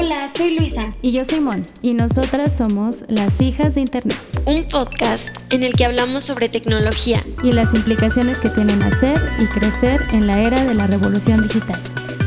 Hola, soy Luisa. Y yo soy Mon, y nosotras somos Las Hijas de Internet. Un podcast en el que hablamos sobre tecnología y las implicaciones que tienen nacer y crecer en la era de la revolución digital.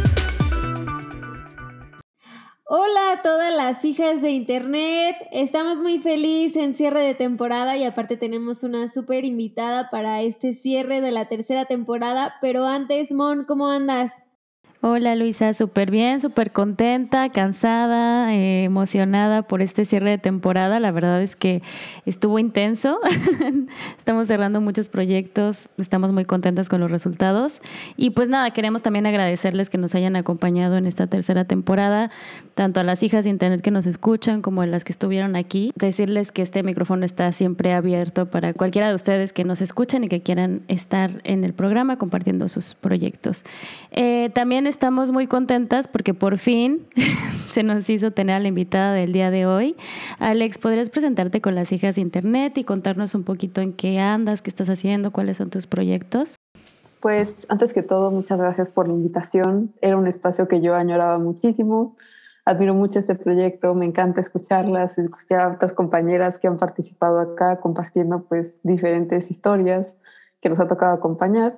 Hola a todas las hijas de Internet, estamos muy felices en cierre de temporada y aparte tenemos una súper invitada para este cierre de la tercera temporada, pero antes, Mon, ¿cómo andas? Hola Luisa, súper bien, súper contenta, cansada, emocionada por este cierre de temporada. La verdad es que estuvo intenso. Estamos cerrando muchos proyectos, estamos muy contentas con los resultados. Y pues nada, queremos también agradecerles que nos hayan acompañado en esta tercera temporada, tanto a las hijas de Internet que nos escuchan como a las que estuvieron aquí. Decirles que este micrófono está siempre abierto para cualquiera de ustedes que nos escuchen y que quieran estar en el programa compartiendo sus proyectos. También estamos muy contentas porque por fin se nos hizo tener a la invitada del día de hoy. Alex, ¿podrías presentarte con las hijas de Internet y contarnos un poquito en qué andas, qué estás haciendo, cuáles son tus proyectos? Pues antes que todo, muchas gracias por la invitación. Era un espacio que yo añoraba muchísimo. Admiro mucho este proyecto, me encanta escucharlas, escuchar a otras compañeras que han participado acá compartiendo pues diferentes historias que nos ha tocado acompañar.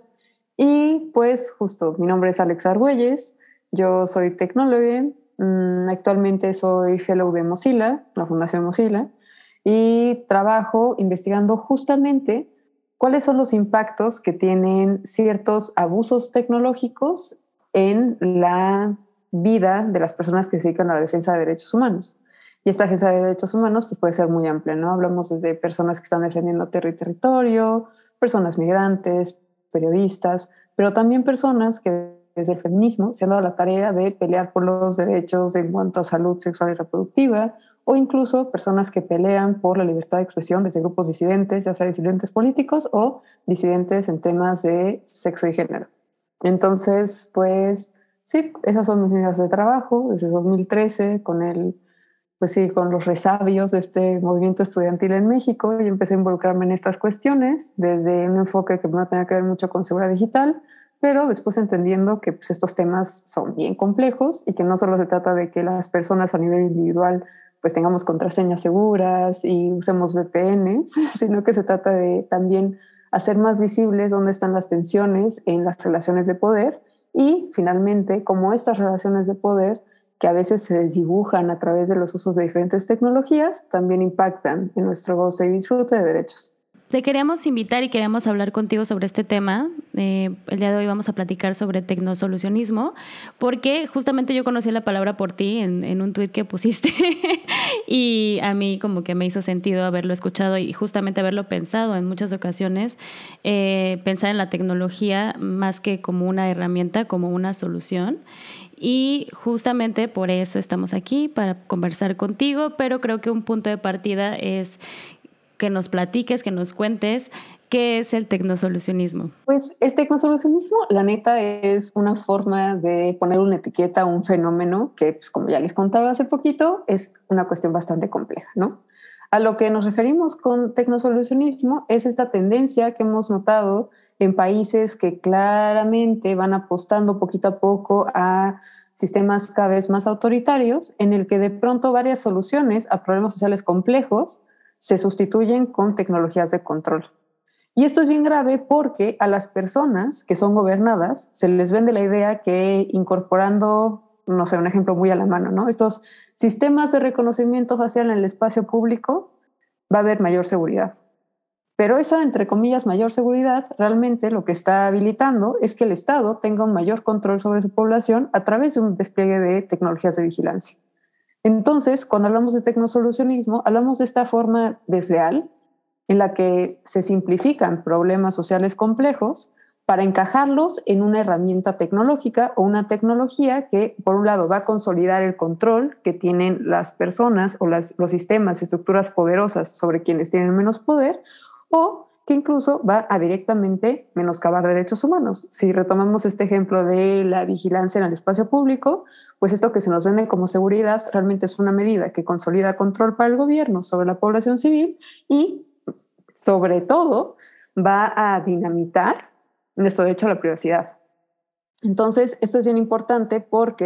Y pues justo, mi nombre es Alex Argüelles, yo soy tecnóloga, actualmente soy fellow de Mozilla, la Fundación Mozilla, y trabajo investigando justamente cuáles son los impactos que tienen ciertos abusos tecnológicos en la vida de las personas que se dedican a la defensa de derechos humanos. Y esta defensa de derechos humanos pues, puede ser muy amplia, ¿no? Hablamos desde personas que están defendiendo territorio, personas migrantes, periodistas, pero también personas que desde el feminismo se han dado la tarea de pelear por los derechos en cuanto a salud sexual y reproductiva, o incluso personas que pelean por la libertad de expresión desde grupos disidentes, ya sea disidentes políticos o disidentes en temas de sexo y género. Entonces, pues sí, esas son mis líneas de trabajo desde 2013 con los resabios de este movimiento estudiantil en México, y empecé a involucrarme en estas cuestiones desde un enfoque que no tenía que ver mucho con seguridad digital, pero después entendiendo que pues, estos temas son bien complejos y que no solo se trata de que las personas a nivel individual pues tengamos contraseñas seguras y usemos VPNs, sino que se trata de también hacer más visibles dónde están las tensiones en las relaciones de poder y finalmente cómo estas relaciones de poder que a veces se desdibujan a través de los usos de diferentes tecnologías, también impactan en nuestro goce y disfrute de derechos. Te queríamos invitar y queríamos hablar contigo sobre este tema. El día de hoy vamos a platicar sobre tecnosolucionismo, porque justamente yo conocí la palabra por ti en un tuit que pusiste y a mí como que me hizo sentido haberlo escuchado y justamente haberlo pensado en muchas ocasiones, pensar en la tecnología más que como una herramienta, como una solución. Y justamente por eso estamos aquí, para conversar contigo, pero creo que un punto de partida es que nos platiques, que nos cuentes qué es el tecnosolucionismo. Pues el tecnosolucionismo, la neta, es una forma de poner una etiqueta a un fenómeno que, pues, como ya les contaba hace poquito, es una cuestión bastante compleja, ¿no? A lo que nos referimos con tecnosolucionismo es esta tendencia que hemos notado en países que claramente van apostando poquito a poco a sistemas cada vez más autoritarios, en el que de pronto varias soluciones a problemas sociales complejos se sustituyen con tecnologías de control. Y esto es bien grave porque a las personas que son gobernadas se les vende la idea que incorporando, no sé, un ejemplo muy a la mano, ¿no? Estos sistemas de reconocimiento facial en el espacio público va a haber mayor seguridad. Pero esa, entre comillas, mayor seguridad, realmente lo que está habilitando es que el Estado tenga un mayor control sobre su población a través de un despliegue de tecnologías de vigilancia. Entonces, cuando hablamos de tecnosolucionismo, hablamos de esta forma desleal en la que se simplifican problemas sociales complejos para encajarlos en una herramienta tecnológica o una tecnología que, por un lado, va a consolidar el control que tienen las personas o los sistemas y estructuras poderosas sobre quienes tienen menos poder, o que incluso va a directamente menoscabar derechos humanos. Si retomamos este ejemplo de la vigilancia en el espacio público, pues esto que se nos vende como seguridad realmente es una medida que consolida control para el gobierno sobre la población civil y, sobre todo, va a dinamitar nuestro derecho a la privacidad. Entonces, esto es bien importante porque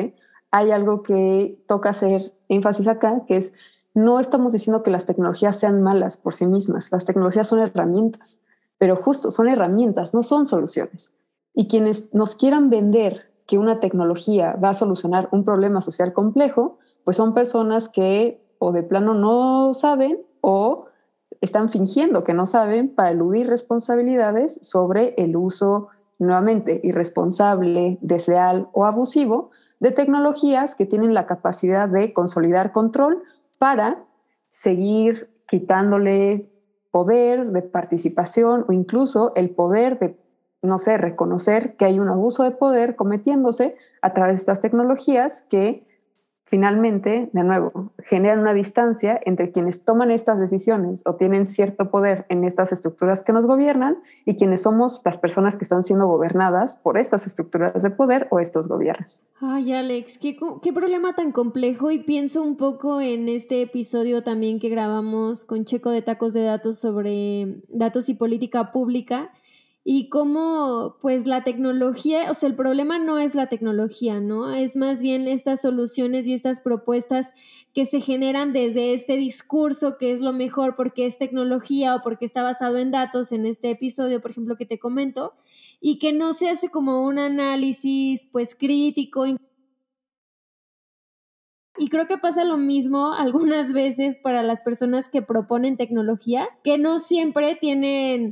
hay algo que toca hacer énfasis acá, que es, no estamos diciendo que las tecnologías sean malas por sí mismas, las tecnologías son herramientas, pero justo son herramientas, no son soluciones. Y quienes nos quieran vender que una tecnología va a solucionar un problema social complejo, pues son personas que o de plano no saben o están fingiendo que no saben para eludir responsabilidades sobre el uso nuevamente irresponsable, desleal o abusivo de tecnologías que tienen la capacidad de consolidar control para seguir quitándole poder de participación o incluso el poder de, no sé, reconocer que hay un abuso de poder cometiéndose a través de estas tecnologías que finalmente, de nuevo, generan una distancia entre quienes toman estas decisiones o tienen cierto poder en estas estructuras que nos gobiernan y quienes somos las personas que están siendo gobernadas por estas estructuras de poder o estos gobiernos. Ay, Alex, qué problema tan complejo, y pienso un poco en este episodio también que grabamos con Checo de Tacos de Datos sobre datos y política pública. Y cómo, pues, la tecnología, o sea, el problema no es la tecnología, ¿no? Es más bien estas soluciones y estas propuestas que se generan desde este discurso que es lo mejor porque es tecnología o porque está basado en datos, en este episodio, por ejemplo, que te comento, y que no se hace como un análisis, pues, crítico. Y creo que pasa lo mismo algunas veces para las personas que proponen tecnología, que no siempre tienen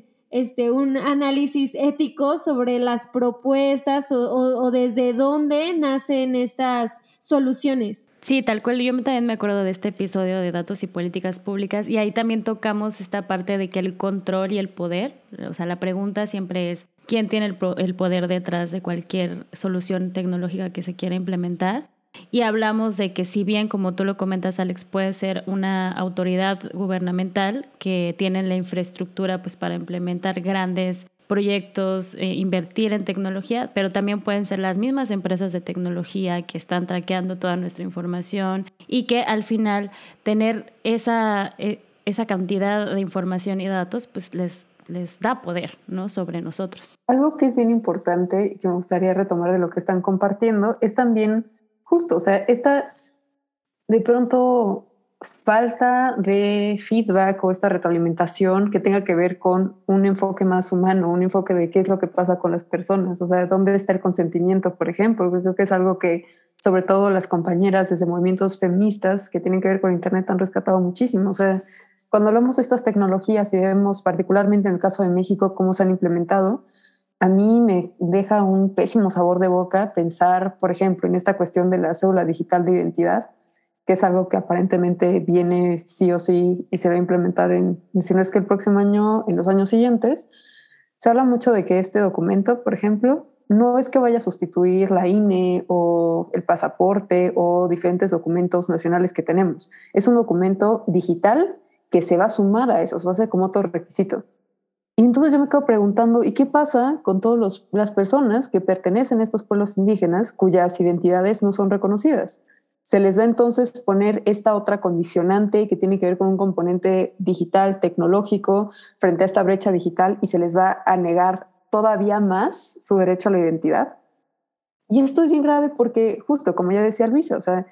un análisis ético sobre las propuestas o desde dónde nacen estas soluciones. Sí, tal cual. Yo también me acuerdo de este episodio de datos y políticas públicas, y ahí también tocamos esta parte de que el control y el poder, o sea, la pregunta siempre es quién tiene el poder detrás de cualquier solución tecnológica que se quiera implementar. Y hablamos de que si bien, como tú lo comentas, Alex, puede ser una autoridad gubernamental que tiene la infraestructura pues para implementar grandes proyectos, invertir en tecnología, pero también pueden ser las mismas empresas de tecnología que están traqueando toda nuestra información y que al final tener esa cantidad de información y datos pues les da poder, ¿no?, sobre nosotros. Algo que es bien importante y que me gustaría retomar de lo que están compartiendo es también justo, o sea, esta de pronto falta de feedback o esta retroalimentación que tenga que ver con un enfoque más humano, un enfoque de qué es lo que pasa con las personas, o sea, dónde está el consentimiento, por ejemplo. Creo que es algo que sobre todo las compañeras desde movimientos feministas que tienen que ver con Internet han rescatado muchísimo. O sea, cuando hablamos de estas tecnologías y vemos particularmente en el caso de México cómo se han implementado, a mí me deja un pésimo sabor de boca pensar, por ejemplo, en esta cuestión de la cédula digital de identidad, que es algo que aparentemente viene sí o sí y se va a implementar si no es que el próximo año, en los años siguientes. Se habla mucho de que este documento, por ejemplo, no es que vaya a sustituir la INE o el pasaporte o diferentes documentos nacionales que tenemos. Es un documento digital que se va a sumar a eso, va a ser como otro requisito. Y entonces yo me quedo preguntando, ¿y qué pasa con todas las personas que pertenecen a estos pueblos indígenas cuyas identidades no son reconocidas? Se les va entonces poner esta otra condicionante que tiene que ver con un componente digital, tecnológico, frente a esta brecha digital, y se les va a negar todavía más su derecho a la identidad. Y esto es bien grave porque, justo como ya decía Luisa, o sea,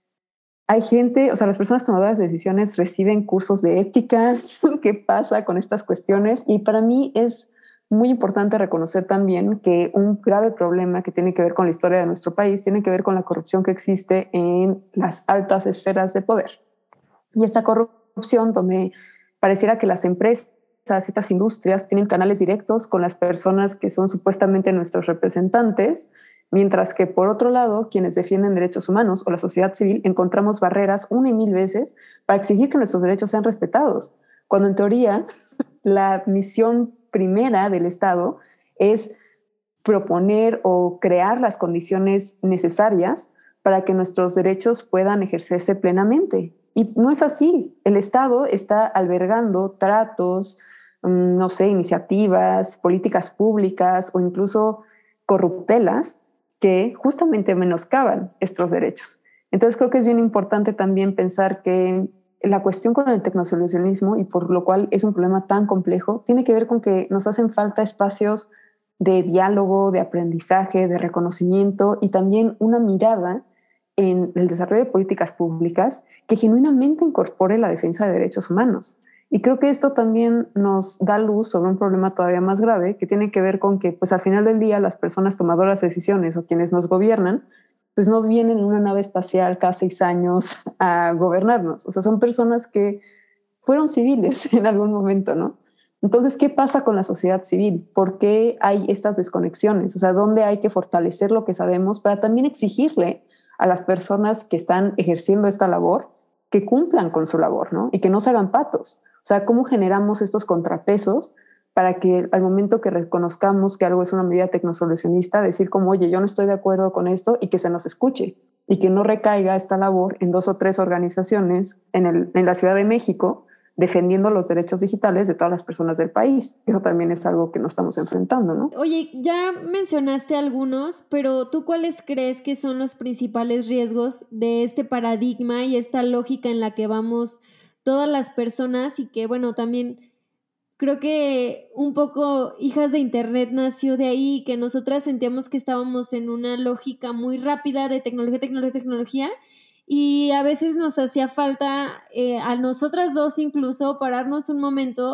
hay gente, o sea, las personas tomadoras de decisiones reciben cursos de ética, qué pasa con estas cuestiones, y para mí es muy importante reconocer también que un grave problema que tiene que ver con la historia de nuestro país tiene que ver con la corrupción que existe en las altas esferas de poder. Y esta corrupción donde pareciera que las empresas, estas industrias tienen canales directos con las personas que son supuestamente nuestros representantes, mientras que por otro lado, quienes defienden derechos humanos o la sociedad civil encontramos barreras una y mil veces para exigir que nuestros derechos sean respetados, cuando en teoría la misión primera del Estado es proponer o crear las condiciones necesarias para que nuestros derechos puedan ejercerse plenamente. Y no es así. El Estado está albergando tratos, no sé, iniciativas, políticas públicas o incluso corruptelas que justamente menoscaban estos derechos. Entonces creo que es bien importante también pensar que la cuestión con el tecnosolucionismo, y por lo cual es un problema tan complejo, tiene que ver con que nos hacen falta espacios de diálogo, de aprendizaje, de reconocimiento y también una mirada en el desarrollo de políticas públicas que genuinamente incorpore la defensa de derechos humanos. Y creo que esto también nos da luz sobre un problema todavía más grave que tiene que ver con que, pues al final del día, las personas tomadoras de decisiones o quienes nos gobiernan, pues no vienen en una nave espacial cada 6 años a gobernarnos. O sea, son personas que fueron civiles en algún momento, ¿no? Entonces, ¿qué pasa con la sociedad civil? ¿Por qué hay estas desconexiones? O sea, ¿dónde hay que fortalecer lo que sabemos para también exigirle a las personas que están ejerciendo esta labor que cumplan con su labor, ¿no? Y que no se hagan patos. O sea, ¿cómo generamos estos contrapesos para que al momento que reconozcamos que algo es una medida tecnosolucionista, decir como, oye, yo no estoy de acuerdo con esto y que se nos escuche y que no recaiga esta labor en 2 o 3 organizaciones en la Ciudad de México defendiendo los derechos digitales de todas las personas del país? Eso también es algo que nos estamos enfrentando, ¿no? Oye, ya mencionaste algunos, pero ¿tú cuáles crees que son los principales riesgos de este paradigma y esta lógica en la que vamos todas las personas? Y que, bueno, también creo que un poco Hijas de Internet nació de ahí, que nosotras sentíamos que estábamos en una lógica muy rápida de tecnología, y a veces nos hacía falta a nosotras dos incluso pararnos un momento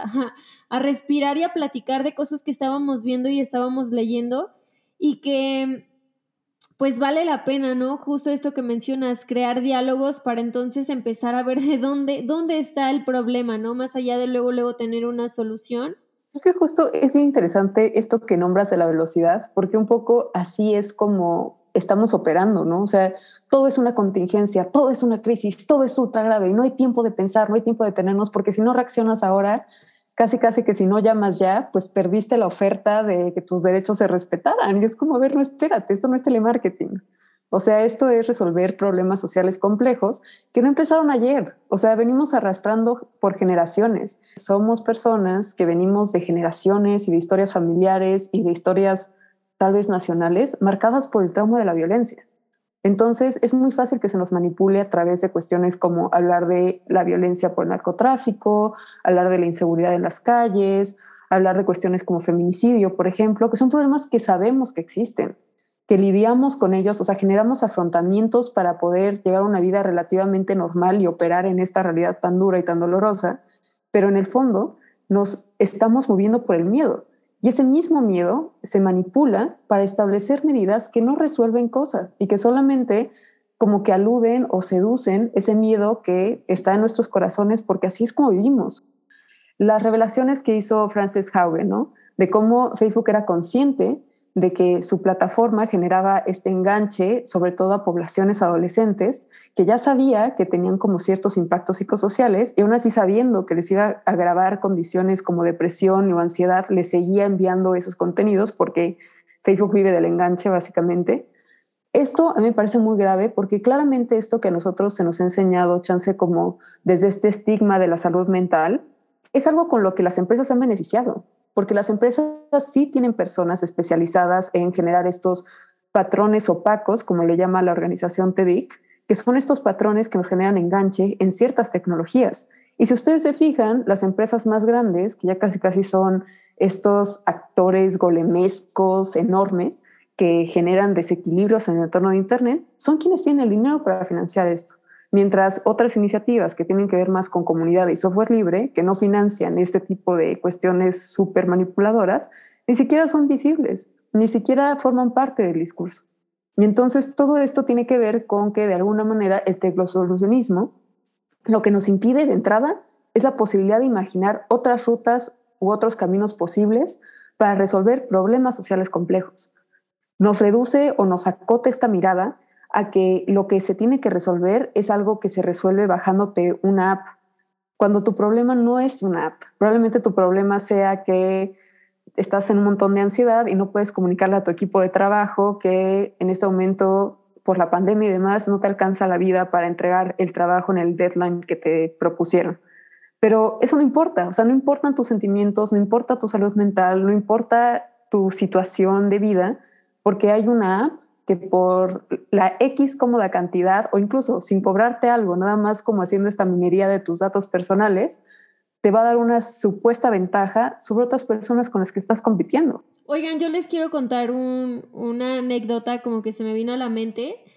a respirar y a platicar de cosas que estábamos viendo y estábamos leyendo, y que pues vale la pena, ¿no? Justo esto que mencionas, crear diálogos para entonces empezar a ver de dónde está el problema, ¿no? Más allá de luego tener una solución. Creo que justo es bien interesante esto que nombras de la velocidad, porque un poco así es como estamos operando, ¿no? O sea, todo es una contingencia, todo es una crisis, todo es ultra grave y no hay tiempo de pensar, no hay tiempo de detenernos, porque si no reaccionas ahora, casi que si no llamas ya, pues perdiste la oferta de que tus derechos se respetaran. Y es como, a ver, no, espérate, esto no es telemarketing. O sea, esto es resolver problemas sociales complejos que no empezaron ayer. O sea, venimos arrastrando por generaciones. Somos personas que venimos de generaciones y de historias familiares y de historias tal vez nacionales marcadas por el trauma de la violencia. Entonces, es muy fácil que se nos manipule a través de cuestiones como hablar de la violencia por narcotráfico, hablar de la inseguridad en las calles, hablar de cuestiones como feminicidio, por ejemplo, que son problemas que sabemos que existen, que lidiamos con ellos, o sea, generamos afrontamientos para poder llevar una vida relativamente normal y operar en esta realidad tan dura y tan dolorosa, pero en el fondo nos estamos moviendo por el miedo. Y ese mismo miedo se manipula para establecer medidas que no resuelven cosas y que solamente como que aluden o seducen ese miedo que está en nuestros corazones, porque así es como vivimos. Las revelaciones que hizo Frances Haugen, ¿no? De cómo Facebook era consciente de que su plataforma generaba este enganche, sobre todo a poblaciones adolescentes, que ya sabía que tenían como ciertos impactos psicosociales, y aún así sabiendo que les iba a agravar condiciones como depresión o ansiedad, les seguía enviando esos contenidos porque Facebook vive del enganche, básicamente. Esto a mí me parece muy grave porque claramente esto que a nosotros se nos ha enseñado, chance como desde este estigma de la salud mental, es algo con lo que las empresas han beneficiado, porque las empresas sí tienen personas especializadas en generar estos patrones opacos, como le llama la organización TEDIC, que son estos patrones que nos generan enganche en ciertas tecnologías. Y si ustedes se fijan, las empresas más grandes, que ya casi son estos actores golemescos enormes que generan desequilibrios en el entorno de Internet, son quienes tienen el dinero para financiar esto. Mientras otras iniciativas que tienen que ver más con comunidad y software libre, que no financian este tipo de cuestiones súper manipuladoras, ni siquiera son visibles, ni siquiera forman parte del discurso. Y entonces todo esto tiene que ver con que de alguna manera el tecnosolucionismo lo que nos impide de entrada es la posibilidad de imaginar otras rutas u otros caminos posibles para resolver problemas sociales complejos. Nos reduce o nos acota esta mirada a que lo que se tiene que resolver es algo que se resuelve bajándote una app, cuando tu problema no es una app. Probablemente tu problema sea que estás en un montón de ansiedad y no puedes comunicarle a tu equipo de trabajo que en este momento, por la pandemia y demás, no te alcanza la vida para entregar el trabajo en el deadline que te propusieron. Pero eso no importa, o sea, no importan tus sentimientos, no importa tu salud mental, no importa tu situación de vida, porque hay una app que por la X cómoda cantidad o incluso sin cobrarte algo, nada más como haciendo esta minería de tus datos personales, te va a dar una supuesta ventaja sobre otras personas con las que estás compitiendo. Oigan, yo les quiero contar una anécdota como que se me vino a la mente.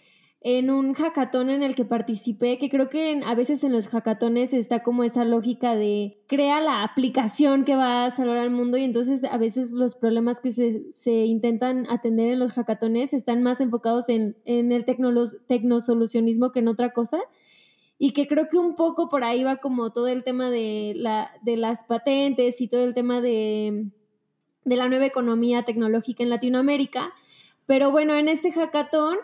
en un hackathon en el que participé, que creo que a veces en los hackatones está como esa lógica de crea la aplicación que va a salvar al mundo, y entonces a veces los problemas que se intentan atender en los hackatones están más enfocados en el tecnosolucionismo que en otra cosa, y que creo que un poco por ahí va como todo el tema de las patentes y todo el tema de la nueva economía tecnológica en Latinoamérica. Pero bueno, en este hackathon,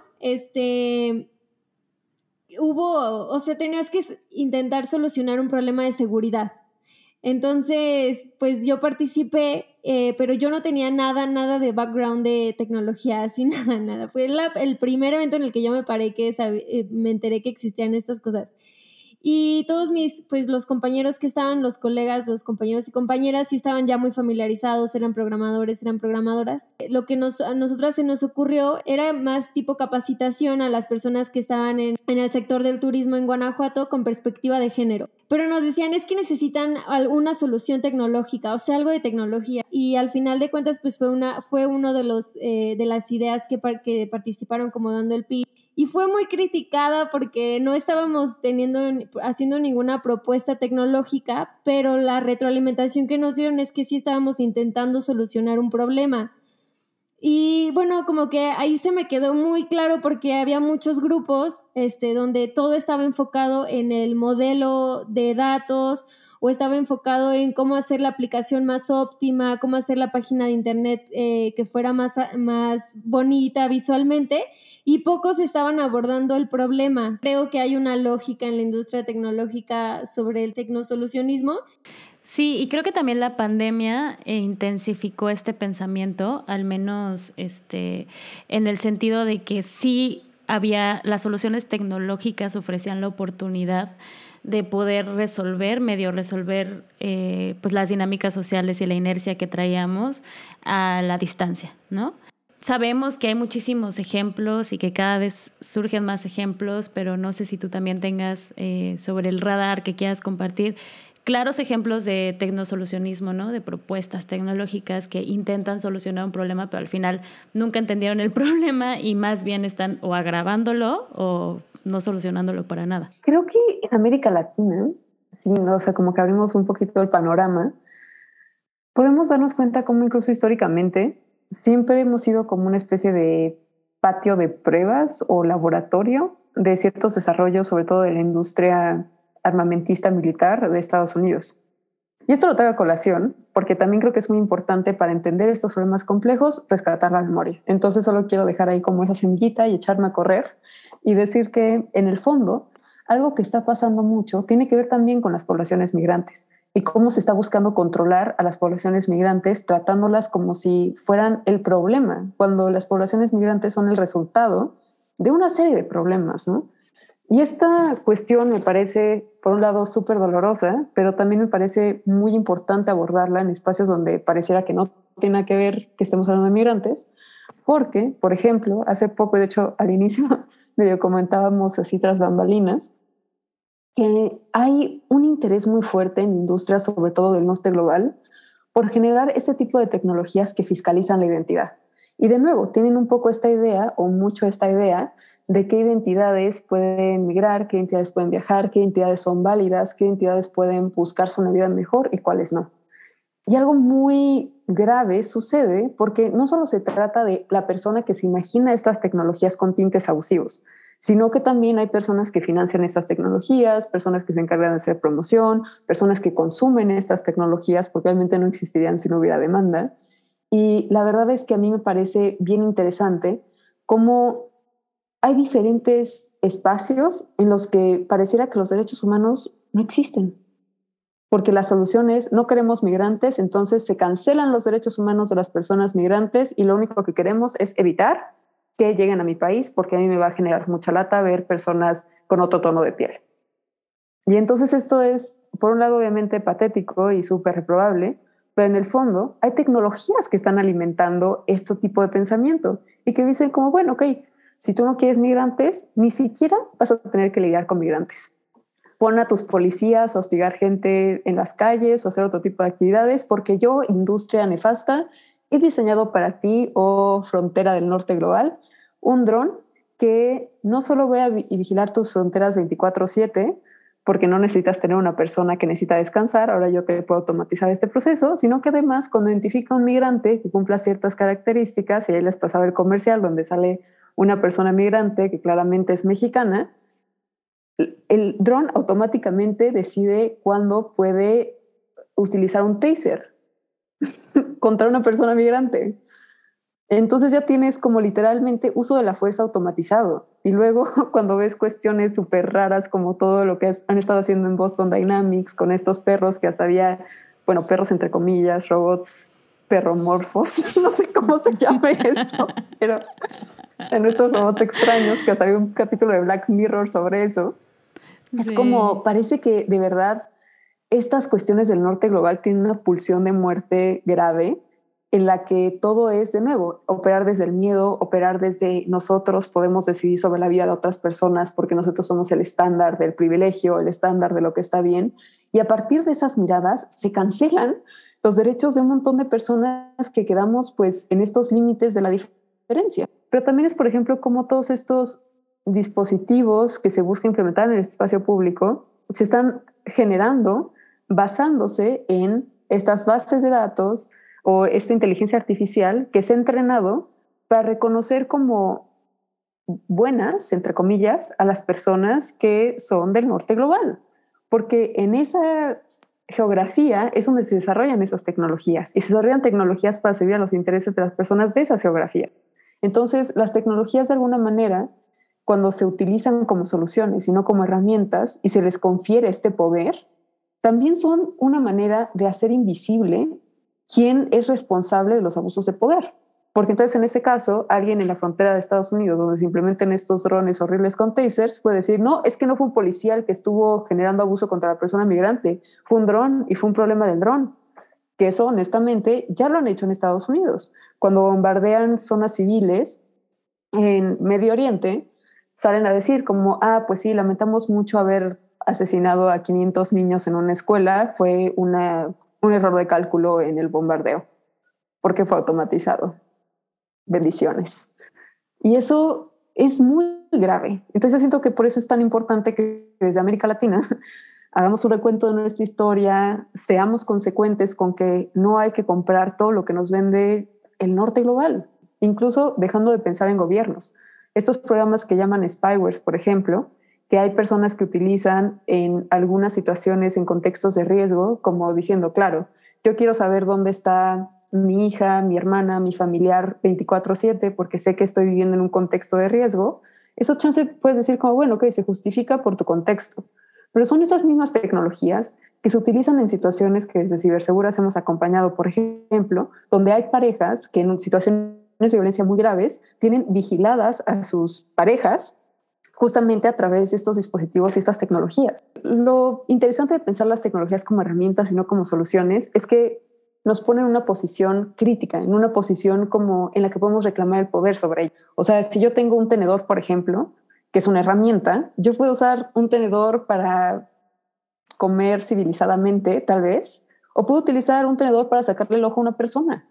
tenías que intentar solucionar un problema de seguridad. Entonces, pues yo participé, pero yo no tenía nada de background de tecnología, así nada. Fue el primer evento en el que yo me paré que me enteré que existían estas cosas. Y todos los compañeros que estaban, los colegas, los compañeros y compañeras, sí estaban ya muy familiarizados, eran programadores, eran programadoras. Lo que a nosotras se nos ocurrió era más tipo capacitación a las personas que estaban en el sector del turismo en Guanajuato con perspectiva de género. Pero nos decían, es que necesitan alguna solución tecnológica, o sea, algo de tecnología. Y al final de cuentas, pues fue uno de las ideas que participaron como dando el pitch. Y fue muy criticada porque no estábamos haciendo ninguna propuesta tecnológica, pero la retroalimentación que nos dieron es que sí estábamos intentando solucionar un problema. Y bueno, como que ahí se me quedó muy claro porque había muchos grupos donde todo estaba enfocado en el modelo de datos, o estaba enfocado en cómo hacer la aplicación más óptima, cómo hacer la página de internet que fuera más bonita visualmente, y pocos estaban abordando el problema. Creo que hay una lógica en la industria tecnológica sobre el tecnosolucionismo. Sí, y creo que también la pandemia intensificó este pensamiento, al menos en el sentido de que sí las soluciones tecnológicas ofrecían la oportunidad de poder medio resolver pues las dinámicas sociales y la inercia que traíamos a la distancia, ¿no? Sabemos que hay muchísimos ejemplos y que cada vez surgen más ejemplos, pero no sé si tú también tengas sobre el radar que quieras compartir claros ejemplos de tecnosolucionismo, ¿no? De propuestas tecnológicas que intentan solucionar un problema, pero al final nunca entendieron el problema y más bien están o agravándolo o no solucionándolo para nada. Creo que en América Latina, sí, ¿no? O sea, como que abrimos un poquito el panorama, podemos darnos cuenta cómo incluso históricamente siempre hemos sido como una especie de patio de pruebas o laboratorio de ciertos desarrollos, sobre todo de la industria armamentista militar de Estados Unidos. Y esto lo traigo a colación porque también creo que es muy importante para entender estos problemas complejos, rescatar la memoria. Entonces solo quiero dejar ahí como esa semillita y echarme a correr y decir que en el fondo algo que está pasando mucho tiene que ver también con las poblaciones migrantes y cómo se está buscando controlar a las poblaciones migrantes tratándolas como si fueran el problema, cuando las poblaciones migrantes son el resultado de una serie de problemas, ¿no? Y esta cuestión me parece, por un lado, súper dolorosa, pero también me parece muy importante abordarla en espacios donde pareciera que no tiene nada que ver que estemos hablando de migrantes, porque, por ejemplo, hace poco, de hecho, al inicio medio comentábamos así tras bambalinas, que hay un interés muy fuerte en industrias, sobre todo del norte global, por generar este tipo de tecnologías que fiscalizan la identidad. Y de nuevo, tienen un poco esta idea, o mucho esta idea, de qué identidades pueden migrar, qué identidades pueden viajar, qué identidades son válidas, qué identidades pueden buscarse una vida mejor y cuáles no. Y algo muy grave sucede porque no solo se trata de la persona que se imagina estas tecnologías con tintes abusivos, sino que también hay personas que financian estas tecnologías, personas que se encargan de hacer promoción, personas que consumen estas tecnologías porque obviamente no existirían si no hubiera demanda. Y la verdad es que a mí me parece bien interesante cómo hay diferentes espacios en los que pareciera que los derechos humanos no existen. Porque la solución es, no queremos migrantes, entonces se cancelan los derechos humanos de las personas migrantes y lo único que queremos es evitar que lleguen a mi país porque a mí me va a generar mucha lata ver personas con otro tono de piel. Y entonces esto es, por un lado, obviamente patético y súper reprobable, pero en el fondo hay tecnologías que están alimentando este tipo de pensamiento y que dicen como, bueno, ok, si tú no quieres migrantes, ni siquiera vas a tener que lidiar con migrantes. Pon a tus policías a hostigar gente en las calles o hacer otro tipo de actividades porque yo, industria nefasta, he diseñado para ti, frontera del norte global, un dron que no solo voy a vigilar tus fronteras 24/7, porque no necesitas tener una persona que necesita descansar, ahora yo te puedo automatizar este proceso, sino que además cuando identifica un migrante que cumpla ciertas características, y ahí les pasaba el comercial donde sale una persona migrante que claramente es mexicana, el dron automáticamente decide cuándo puede utilizar un taser contra una persona migrante. Entonces ya tienes como literalmente uso de la fuerza automatizado. Y luego cuando ves cuestiones súper raras como todo lo que han estado haciendo en Boston Dynamics con estos perros que hasta había, bueno, perros entre comillas, robots perromorfos, no sé cómo se llama eso, pero en estos robots extraños, que hasta había un capítulo de Black Mirror sobre eso. Sí. Es como, parece que de verdad estas cuestiones del norte global tienen una pulsión de muerte grave en la que todo es, de nuevo, operar desde el miedo, operar desde nosotros podemos decidir sobre la vida de otras personas porque nosotros somos el estándar del privilegio, el estándar de lo que está bien. Y a partir de esas miradas se cancelan los derechos de un montón de personas que quedamos pues en estos límites de la diferencia. Pero también es, por ejemplo, como todos estos dispositivos que se busca implementar en el espacio público se están generando basándose en estas bases de datos o esta inteligencia artificial que se ha entrenado para reconocer como buenas, entre comillas, a las personas que son del norte global. Porque en esa geografía es donde se desarrollan esas tecnologías y se desarrollan tecnologías para servir a los intereses de las personas de esa geografía. Entonces, las tecnologías de alguna manera, cuando se utilizan como soluciones y no como herramientas y se les confiere este poder, también son una manera de hacer invisible quién es responsable de los abusos de poder. Porque entonces en ese caso, alguien en la frontera de Estados Unidos, donde se implementen estos drones horribles con tasers, puede decir, no, es que no fue un policía el que estuvo generando abuso contra la persona migrante, fue un dron y fue un problema del dron. Que eso honestamente ya lo han hecho en Estados Unidos. Cuando bombardean zonas civiles en Medio Oriente, salen a decir como, pues sí, lamentamos mucho haber asesinado a 500 niños en una escuela, fue un error de cálculo en el bombardeo, porque fue automatizado. Bendiciones. Y eso es muy grave. Entonces yo siento que por eso es tan importante que desde América Latina hagamos un recuento de nuestra historia, seamos consecuentes con que no hay que comprar todo lo que nos vende el norte global, incluso dejando de pensar en gobiernos. Estos programas que llaman spywares, por ejemplo, que hay personas que utilizan en algunas situaciones, en contextos de riesgo, como diciendo, claro, yo quiero saber dónde está mi hija, mi hermana, mi familiar 24/7 porque sé que estoy viviendo en un contexto de riesgo. Eso chance puedes decir como, bueno, ok, se justifica por tu contexto. Pero son esas mismas tecnologías que se utilizan en situaciones que desde Ciberseguras hemos acompañado, por ejemplo, donde hay parejas que en situaciones de violencia muy graves tienen vigiladas a sus parejas justamente a través de estos dispositivos y estas tecnologías. Lo interesante de pensar las tecnologías como herramientas y no como soluciones es que nos pone en una posición crítica, en una posición como en la que podemos reclamar el poder sobre ello. O sea, si yo tengo un tenedor, por ejemplo, que es una herramienta, yo puedo usar un tenedor para comer civilizadamente, tal vez, o puedo utilizar un tenedor para sacarle el ojo a una persona.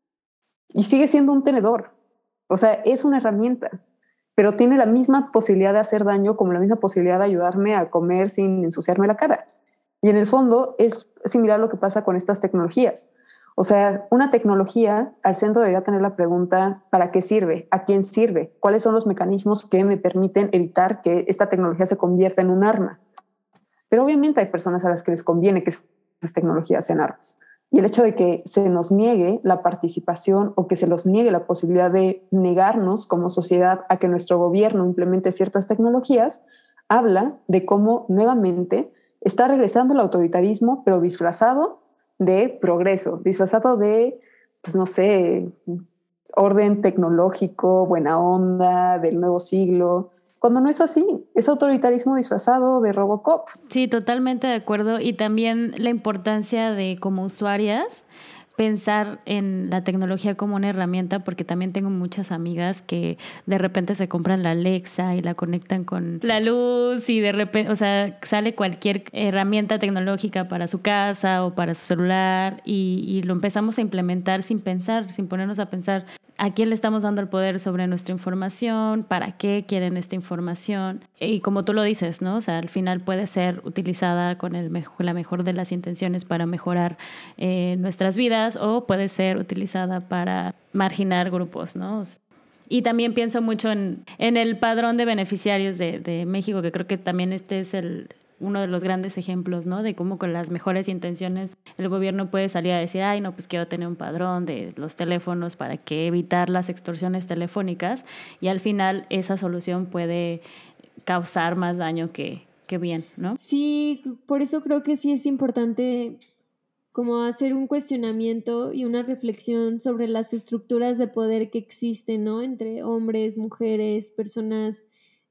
Y sigue siendo un tenedor. O sea, es una herramienta, pero tiene la misma posibilidad de hacer daño como la misma posibilidad de ayudarme a comer sin ensuciarme la cara. Y en el fondo es similar a lo que pasa con estas tecnologías. O sea, una tecnología al centro debería tener la pregunta, ¿para qué sirve? ¿A quién sirve? ¿Cuáles son los mecanismos que me permiten evitar que esta tecnología se convierta en un arma? Pero obviamente hay personas a las que les conviene que esas tecnologías sean armas. Y el hecho de que se nos niegue la participación o que se nos niegue la posibilidad de negarnos como sociedad a que nuestro gobierno implemente ciertas tecnologías, habla de cómo nuevamente está regresando el autoritarismo, pero disfrazado de progreso, disfrazado de, pues no sé, orden tecnológico, buena onda, del nuevo siglo, cuando no es así, es autoritarismo disfrazado de Robocop. Sí, totalmente de acuerdo. Y también la importancia de, como usuarias, pensar en la tecnología como una herramienta, porque también tengo muchas amigas que de repente se compran la Alexa y la conectan con la luz y de repente, o sea, sale cualquier herramienta tecnológica para su casa o para su celular y lo empezamos a implementar sin pensar, sin ponernos a pensar a quién le estamos dando el poder sobre nuestra información, para qué quieren esta información. Y como tú lo dices, ¿no? O sea, al final puede ser utilizada con la mejor de las intenciones para mejorar nuestras vidas, o puede ser utilizada para marginar grupos, ¿no? Y también pienso mucho en el padrón de beneficiarios de México, que creo que también este es uno de los grandes ejemplos, ¿no? De cómo con las mejores intenciones el gobierno puede salir a decir, ay, no, pues quiero tener un padrón de los teléfonos para que evitar las extorsiones telefónicas, y al final esa solución puede causar más daño que bien, ¿no? Sí, por eso creo que sí es importante como hacer un cuestionamiento y una reflexión sobre las estructuras de poder que existen, ¿no? Entre hombres, mujeres, personas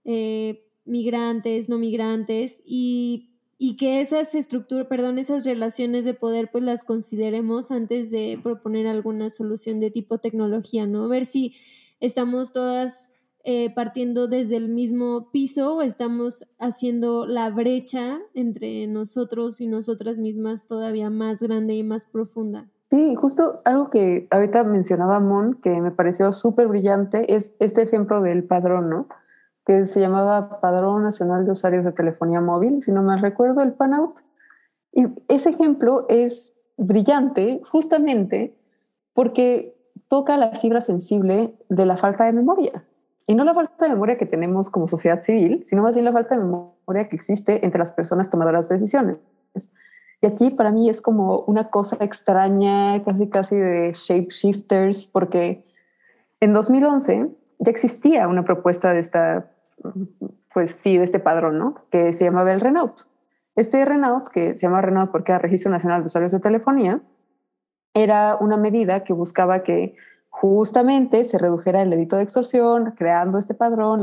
migrantes, no migrantes, y que esas esas relaciones de poder pues las consideremos antes de proponer alguna solución de tipo tecnología, ¿no? Ver si estamos todas partiendo desde el mismo piso o estamos haciendo la brecha entre nosotros y nosotras mismas todavía más grande y más profunda. Sí, justo algo que ahorita mencionaba Mon, que me pareció súper brillante, es este ejemplo del padrón, ¿no? Que se llamaba Padrón Nacional de Usuarios de Telefonía Móvil, si no mal recuerdo, el PANAUT. Y ese ejemplo es brillante justamente porque toca la fibra sensible de la falta de memoria. Y no la falta de memoria que tenemos como sociedad civil, sino más bien la falta de memoria que existe entre las personas tomadoras de decisiones. Y aquí para mí es como una cosa extraña, casi de shapeshifters, porque en 2011 ya existía una propuesta de de este padrón, ¿no? Que se llamaba el RENAUT. Este RENAUT, que se llama RENAUT porque era Registro Nacional de Usuarios de Telefonía, era una medida que buscaba que justamente se redujera el delito de extorsión, creando este padrón,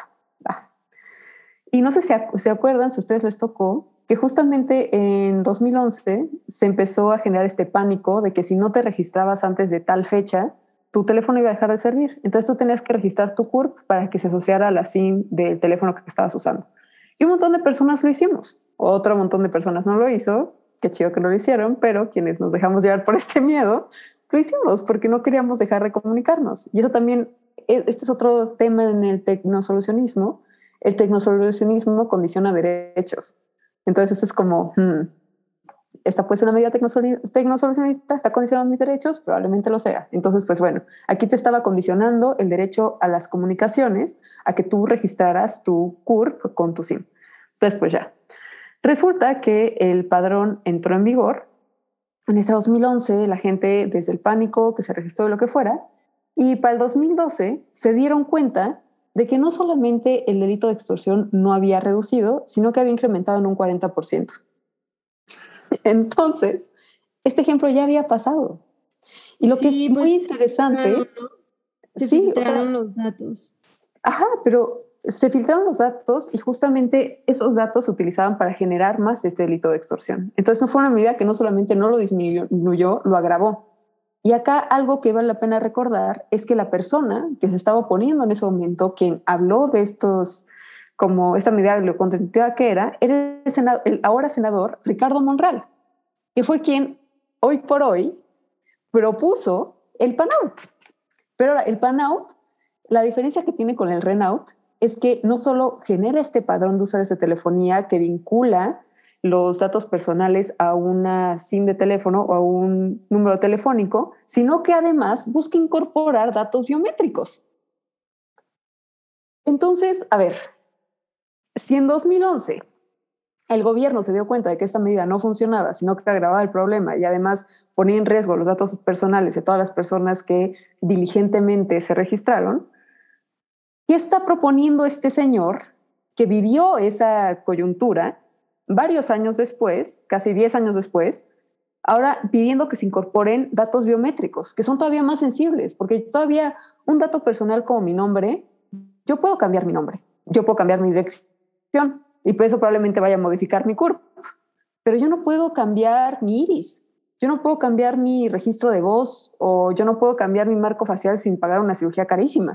Y no sé si se acuerdan, si a ustedes les tocó, que justamente en 2011 se empezó a generar este pánico de que si no te registrabas antes de tal fecha, tu teléfono iba a dejar de servir. Entonces tú tenías que registrar tu CURP para que se asociara a la SIM del teléfono que estabas usando. Y un montón de personas lo hicimos. Otro montón de personas no lo hizo. Qué chido que no lo hicieron, pero quienes nos dejamos llevar por este miedo, lo hicimos porque no queríamos dejar de comunicarnos. Y eso también, este es otro tema en el tecnosolucionismo. El tecnosolucionismo condiciona derechos. Entonces eso es como, esta puede ser una medida tecnosolucionista, está condicionando mis derechos, probablemente lo sea. Entonces, pues bueno, aquí te estaba condicionando el derecho a las comunicaciones, a que tú registraras tu CURP con tu SIM. Entonces, pues ya. Resulta que el padrón entró en vigor. En ese 2011, la gente, desde el pánico, que se registró de lo que fuera, y para el 2012 se dieron cuenta de que no solamente el delito de extorsión no había reducido, sino que había incrementado en un 40%. Entonces, este ejemplo ya había pasado. Y lo que es muy interesante... Se filtraron los datos. Ajá, pero se filtraron los datos y justamente esos datos se utilizaban para generar más este delito de extorsión. Entonces, no fue una medida que no solamente no lo disminuyó, lo agravó. Y acá algo que vale la pena recordar es que la persona que se estaba oponiendo en ese momento, quien habló de estos, como esta medida de lo contentiva que era el ahora senador Ricardo Monreal, que fue quien hoy por hoy propuso el PANAUT. Pero el PANAUT, la diferencia que tiene con el RENAUT es que no solo genera este padrón de usuarios de telefonía que vincula los datos personales a una SIM de teléfono o a un número telefónico, sino que además busca incorporar datos biométricos. Entonces, a ver, si en 2011 el gobierno se dio cuenta de que esta medida no funcionaba, sino que agravaba el problema y además ponía en riesgo los datos personales de todas las personas que diligentemente se registraron, ¿qué está proponiendo este señor que vivió esa coyuntura varios años después, casi 10 años después, ahora pidiendo que se incorporen datos biométricos, que son todavía más sensibles? Porque todavía un dato personal como mi nombre, yo puedo cambiar mi nombre, yo puedo cambiar mi dirección, y por eso probablemente vaya a modificar mi CURP. Pero yo no puedo cambiar mi iris. yo no puedo cambiar mi registro de voz o yo no puedo cambiar mi marco facial sin pagar una cirugía carísima.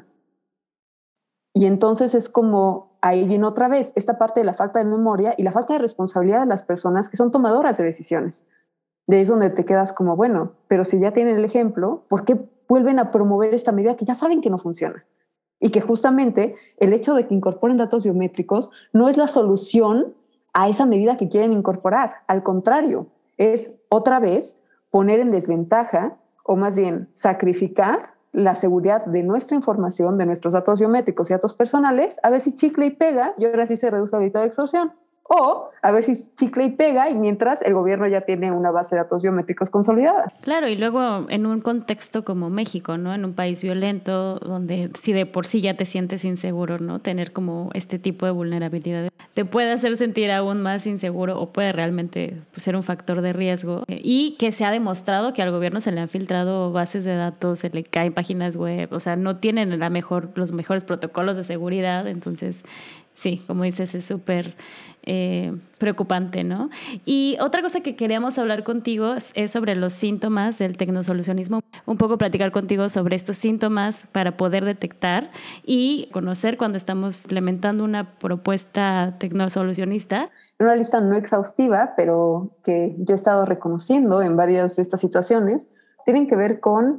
Y entonces es como, ahí viene otra vez esta parte de la falta de memoria y la falta de responsabilidad de las personas que son tomadoras de decisiones. De ahí es donde te quedas como, bueno, pero si ya tienen el ejemplo, ¿por qué vuelven a promover esta medida que ya saben que no funciona? Y que justamente el hecho de que incorporen datos biométricos no es la solución a esa medida que quieren incorporar. Al contrario, es otra vez poner en desventaja o más bien sacrificar la seguridad de nuestra información, de nuestros datos biométricos y datos personales, a ver si chicle y pega y ahora sí se reduce el delito de extorsión. O a ver si chicle y pega y mientras el gobierno ya tiene una base de datos biométricos consolidada. Claro, y luego en un contexto como México, ¿no? En un país violento, donde si de por sí ya te sientes inseguro, ¿no? Tener como este tipo de vulnerabilidad te puede hacer sentir aún más inseguro o puede realmente ser un factor de riesgo. Y que se ha demostrado que al gobierno se le han filtrado bases de datos, se le caen páginas web, o sea, no tienen los mejores protocolos de seguridad, entonces sí, como dices, es súper preocupante, ¿no? Y otra cosa que queríamos hablar contigo es sobre los síntomas del tecnosolucionismo. Un poco platicar contigo sobre estos síntomas para poder detectar y conocer cuando estamos implementando una propuesta tecnosolucionista. Una lista no exhaustiva, pero que yo he estado reconociendo en varias de estas situaciones, tienen que ver con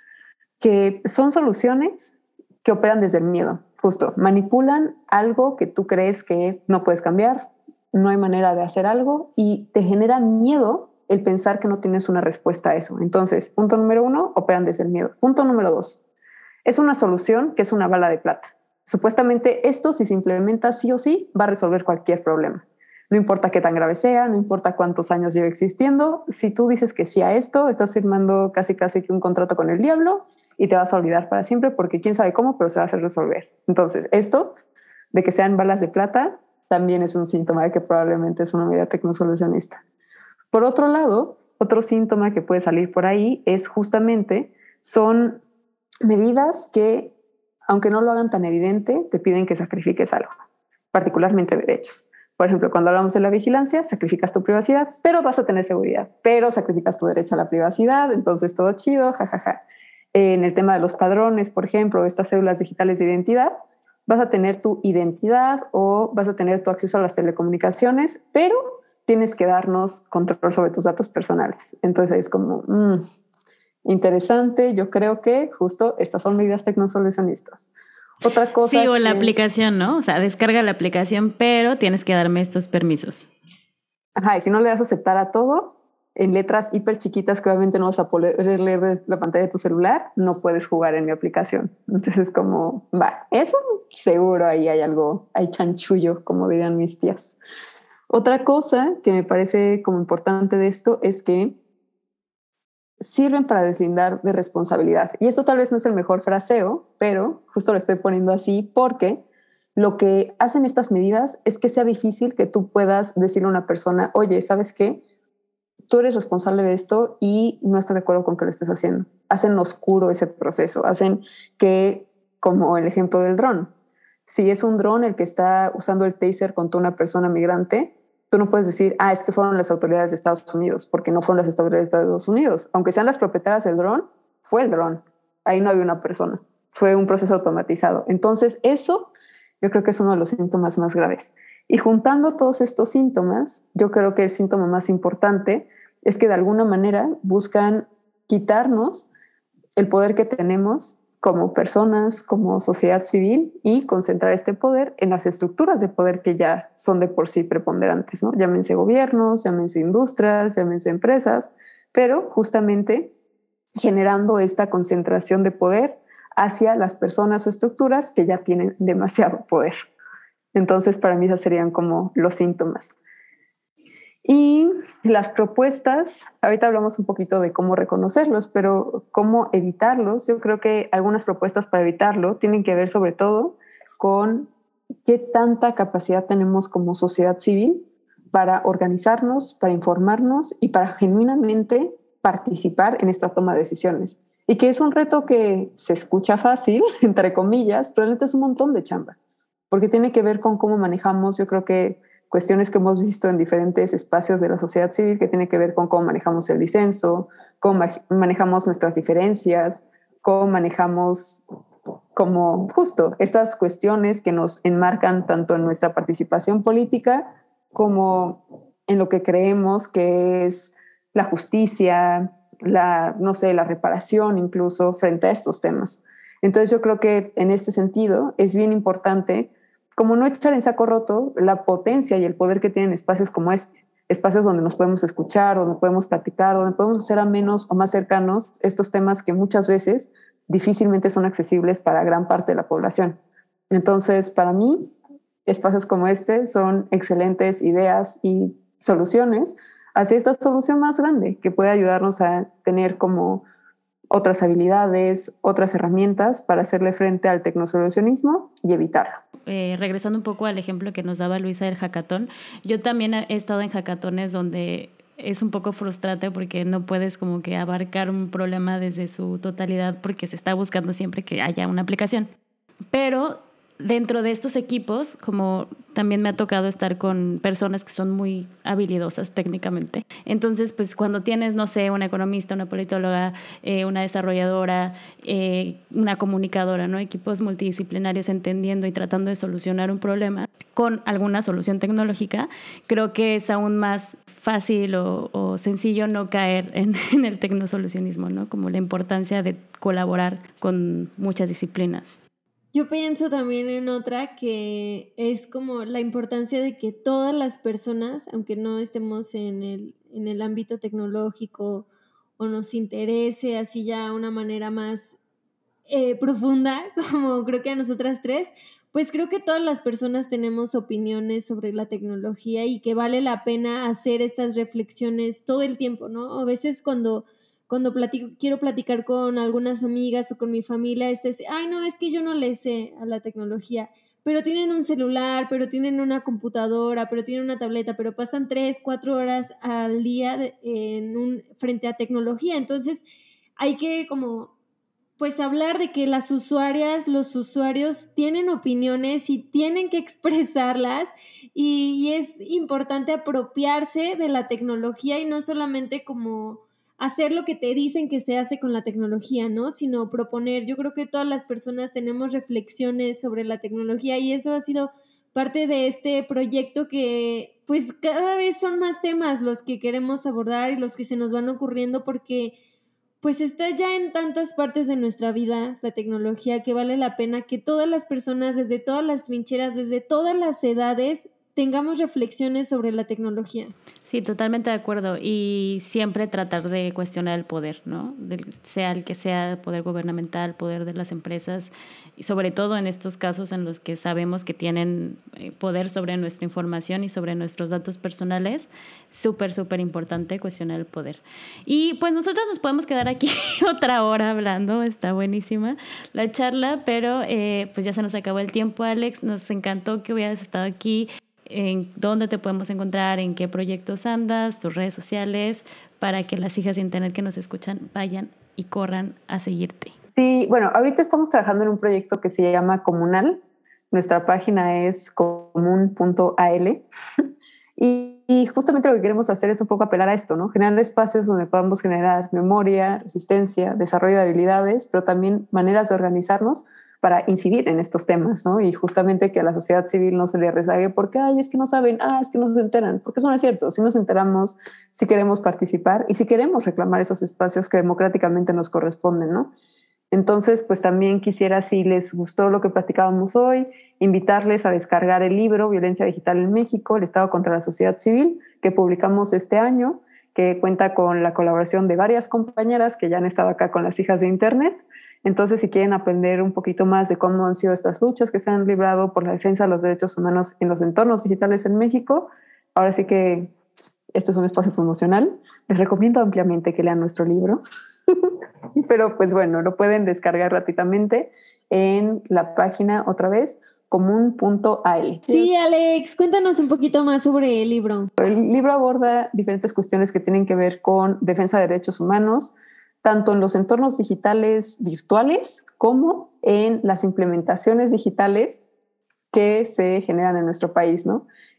que son soluciones que operan desde el miedo. Justo, manipulan algo que tú crees que no puedes cambiar, no hay manera de hacer algo y te genera miedo el pensar que no tienes una respuesta a eso. Entonces, punto número 1, operan desde el miedo. Punto número 2, es una solución que es una bala de plata. Supuestamente esto, si se implementa sí o sí, va a resolver cualquier problema. No importa qué tan grave sea, no importa cuántos años lleve existiendo, si tú dices que sí a esto, estás firmando casi que un contrato con el diablo y te vas a olvidar para siempre porque quién sabe cómo, pero se va a hacer resolver. Entonces, esto de que sean balas de plata también es un síntoma de que probablemente es una medida tecnosolucionista. Por otro lado, otro síntoma que puede salir por ahí es justamente, son medidas que, aunque no lo hagan tan evidente, te piden que sacrifiques algo, particularmente derechos. Por ejemplo, cuando hablamos de la vigilancia, sacrificas tu privacidad, pero vas a tener seguridad, pero sacrificas tu derecho a la privacidad, entonces todo chido, jajaja. En el tema de los padrones, por ejemplo, estas cédulas digitales de identidad, vas a tener tu identidad o vas a tener tu acceso a las telecomunicaciones, pero tienes que darnos control sobre tus datos personales. Entonces es como interesante. Yo creo que justo estas son medidas tecnosolucionistas. Otra cosa. Sí, o la aplicación, ¿no? O sea, descarga la aplicación, pero tienes que darme estos permisos. Ajá, y si no le das a aceptar a todo, en letras hiper chiquitas que obviamente no vas a poder leer de la pantalla de tu celular, no puedes jugar en mi aplicación. Entonces es como, eso seguro ahí hay algo, hay chanchullo, como dirían mis tías. Otra cosa que me parece como importante de esto es que sirven para deslindar de responsabilidad. Y eso tal vez no es el mejor fraseo, pero justo lo estoy poniendo así porque lo que hacen estas medidas es que sea difícil que tú puedas decirle a una persona, oye, ¿sabes qué? Tú eres responsable de esto y no estoy de acuerdo con que lo estés haciendo. Hacen oscuro ese proceso, hacen que, como el ejemplo del dron, si es un dron el que está usando el taser contra una persona migrante, tú no puedes decir, es que fueron las autoridades de Estados Unidos, porque no fueron las autoridades de Estados Unidos. Aunque sean las propietarias del dron, fue el dron. Ahí no había una persona, fue un proceso automatizado. Entonces eso yo creo que es uno de los síntomas más graves. Y juntando todos estos síntomas, yo creo que el síntoma más importante es que de alguna manera buscan quitarnos el poder que tenemos como personas, como sociedad civil y concentrar este poder en las estructuras de poder que ya son de por sí preponderantes, ¿no? Llámense gobiernos, llámense industrias, llámense empresas, pero justamente generando esta concentración de poder hacia las personas o estructuras que ya tienen demasiado poder. Entonces, para mí, esos serían como los síntomas. Y las propuestas, ahorita hablamos un poquito de cómo reconocerlos, pero cómo evitarlos. Yo creo que algunas propuestas para evitarlo tienen que ver sobre todo con qué tanta capacidad tenemos como sociedad civil para organizarnos, para informarnos y para genuinamente participar en esta toma de decisiones. Y que es un reto que se escucha fácil, entre comillas, pero realmente es un montón de chamba, porque tiene que ver con cómo manejamos, yo creo que cuestiones que hemos visto en diferentes espacios de la sociedad civil que tiene que ver con cómo manejamos el disenso, cómo manejamos nuestras diferencias, cómo manejamos como justo estas cuestiones que nos enmarcan tanto en nuestra participación política como en lo que creemos que es la justicia, no sé, la reparación incluso frente a estos temas. Entonces yo creo que en este sentido es bien importante como no echar en saco roto la potencia y el poder que tienen espacios como este, espacios donde nos podemos escuchar, donde podemos platicar, donde podemos hacer a menos o más cercanos estos temas que muchas veces difícilmente son accesibles para gran parte de la población. Entonces, para mí, espacios como este son excelentes ideas y soluciones hacia esta solución más grande que puede ayudarnos a tener como otras habilidades, otras herramientas para hacerle frente al tecnosolucionismo y evitarlo. Regresando un poco al ejemplo que nos daba Luisa del hackathon, yo también he estado en hackatones donde es un poco frustrante porque no puedes como que abarcar un problema desde su totalidad porque se está buscando siempre que haya una aplicación. Pero dentro de estos equipos, como también me ha tocado estar con personas que son muy habilidosas técnicamente. Entonces, pues cuando tienes, no sé, una economista, una politóloga, una desarrolladora, una comunicadora, ¿no? Equipos multidisciplinarios entendiendo y tratando de solucionar un problema con alguna solución tecnológica, creo que es aún más fácil o sencillo no caer en el tecnosolucionismo, ¿no? Como la importancia de colaborar con muchas disciplinas. Yo pienso también en otra que es como la importancia de que todas las personas, aunque no estemos en el ámbito tecnológico o nos interese así ya una manera más profunda, como creo que a nosotras tres, pues creo que todas las personas tenemos opiniones sobre la tecnología y que vale la pena hacer estas reflexiones todo el tiempo, ¿no? A veces cuando quiero platicar con algunas amigas o con mi familia, ay, no, es que yo no le sé a la tecnología, pero tienen un celular, pero tienen una computadora, pero tienen una tableta, pero pasan 3, 4 horas al día frente a tecnología. Entonces, hay que como pues hablar de que las usuarias, los usuarios tienen opiniones y tienen que expresarlas y es importante apropiarse de la tecnología y no solamente como hacer lo que te dicen que se hace con la tecnología, ¿no? Sino proponer. Yo creo que todas las personas tenemos reflexiones sobre la tecnología y eso ha sido parte de este proyecto que pues cada vez son más temas los que queremos abordar y los que se nos van ocurriendo porque pues está ya en tantas partes de nuestra vida la tecnología que vale la pena que todas las personas, desde todas las trincheras, desde todas las edades, tengamos reflexiones sobre la tecnología. Sí, totalmente de acuerdo. Y siempre tratar de cuestionar el poder, ¿no? Sea el que sea, poder gubernamental, poder de las empresas, y sobre todo en estos casos en los que sabemos que tienen poder sobre nuestra información y sobre nuestros datos personales, súper, súper importante cuestionar el poder. Y pues nosotros nos podemos quedar aquí otra hora hablando, está buenísima la charla, pero pues ya se nos acabó el tiempo, Alex. Nos encantó que hubieras estado aquí. ¿En dónde te podemos encontrar? ¿En qué proyectos andas? ¿Tus redes sociales? Para que las hijas de internet que nos escuchan vayan y corran a seguirte. Sí, bueno, ahorita estamos trabajando en un proyecto que se llama Comunal. Nuestra página es comun.al y justamente lo que queremos hacer es un poco apelar a esto, ¿no? Generar espacios donde podamos generar memoria, resistencia, desarrollo de habilidades, pero también maneras de organizarnos para incidir en estos temas, ¿no? Y justamente que a la sociedad civil no se le rezague porque, ay, es que no saben, es que no se enteran, porque eso no es cierto. Si nos enteramos, si queremos participar y si queremos reclamar esos espacios que democráticamente nos corresponden, ¿no? Entonces, pues también quisiera, si les gustó lo que platicábamos hoy, invitarles a descargar el libro Violencia Digital en México, el Estado contra la Sociedad Civil, que publicamos este año, que cuenta con la colaboración de varias compañeras que ya han estado acá con las hijas de Internet. Entonces, si quieren aprender un poquito más de cómo han sido estas luchas que se han librado por la defensa de los derechos humanos en los entornos digitales en México, ahora sí que este es un espacio promocional. Les recomiendo ampliamente que lean nuestro libro. Pero pues bueno, lo pueden descargar gratuitamente en la página, otra vez, comun.al. Sí, Alex, cuéntanos un poquito más sobre el libro. El libro aborda diferentes cuestiones que tienen que ver con defensa de derechos humanos, tanto en los entornos digitales virtuales como en las implementaciones digitales que se generan en nuestro país, ¿no?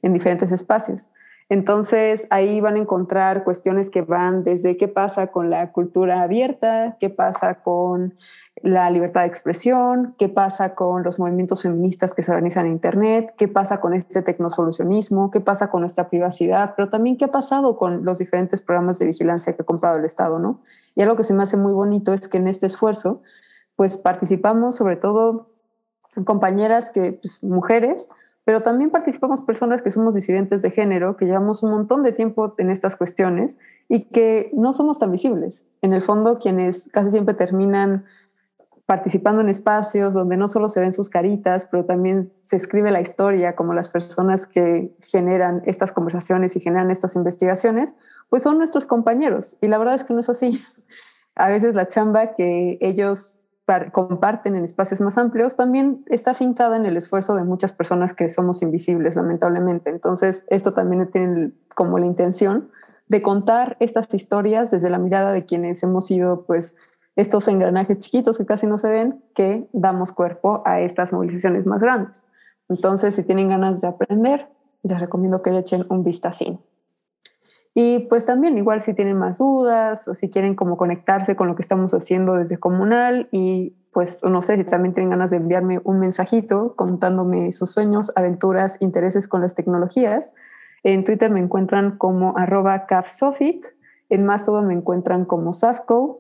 en diferentes espacios. Entonces, ahí van a encontrar cuestiones que van desde qué pasa con la cultura abierta, qué pasa con la libertad de expresión, qué pasa con los movimientos feministas que se organizan en Internet, qué pasa con este tecnosolucionismo, qué pasa con nuestra privacidad, pero también qué ha pasado con los diferentes programas de vigilancia que ha comprado el Estado, ¿no? Y algo que se me hace muy bonito es que en este esfuerzo, pues participamos sobre todo compañeras que, pues, mujeres, pero también participamos personas que somos disidentes de género, que llevamos un montón de tiempo en estas cuestiones y que no somos tan visibles. En el fondo, quienes casi siempre terminan participando en espacios donde no solo se ven sus caritas, pero también se escribe la historia, como las personas que generan estas conversaciones y generan estas investigaciones, pues son nuestros compañeros. Y la verdad es que no es así. A veces la chamba que ellos comparten en espacios más amplios también está afincada en el esfuerzo de muchas personas que somos invisibles, lamentablemente. Entonces, esto también tiene como la intención de contar estas historias desde la mirada de quienes hemos sido, pues, estos engranajes chiquitos que casi no se ven, que damos cuerpo a estas movilizaciones más grandes. Entonces, si tienen ganas de aprender, les recomiendo que le echen un vistacín. Y pues también igual si tienen más dudas o si quieren como conectarse con lo que estamos haciendo desde Comunal y pues no sé, si también tienen ganas de enviarme un mensajito contándome sus sueños, aventuras, intereses con las tecnologías. En Twitter me encuentran como @cafsofit, en Mastodon me encuentran como Safco.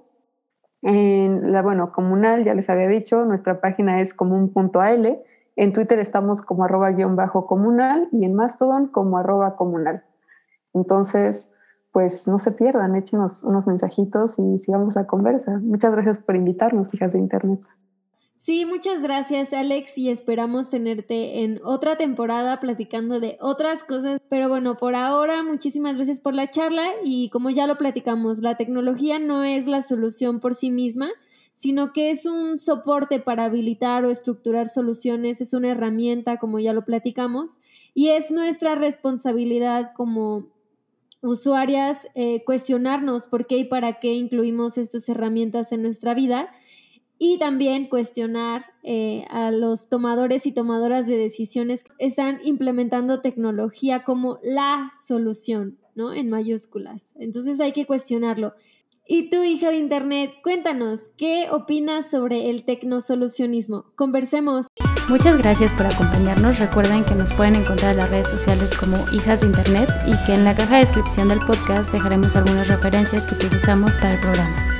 En Comunal, ya les había dicho, nuestra página es comun.al. En Twitter estamos como @_comunal y en Mastodon como @comunal. Entonces, pues no se pierdan, échenos unos mensajitos y sigamos la conversa. Muchas gracias por invitarnos, hijas de Internet. Sí, muchas gracias, Alex, y esperamos tenerte en otra temporada platicando de otras cosas. Pero bueno, por ahora, muchísimas gracias por la charla y como ya lo platicamos, la tecnología no es la solución por sí misma, sino que es un soporte para habilitar o estructurar soluciones, es una herramienta, como ya lo platicamos, y es nuestra responsabilidad como usuarias cuestionarnos por qué y para qué incluimos estas herramientas en nuestra vida y también cuestionar a los tomadores y tomadoras de decisiones que están implementando tecnología como la solución, ¿no? En mayúsculas. Entonces hay que cuestionarlo. Y tú, hija de Internet, cuéntanos, ¿qué opinas sobre el tecnosolucionismo? Conversemos. Muchas gracias por acompañarnos. Recuerden que nos pueden encontrar en las redes sociales como Hijas de Internet y que en la caja de descripción del podcast dejaremos algunas referencias que utilizamos para el programa.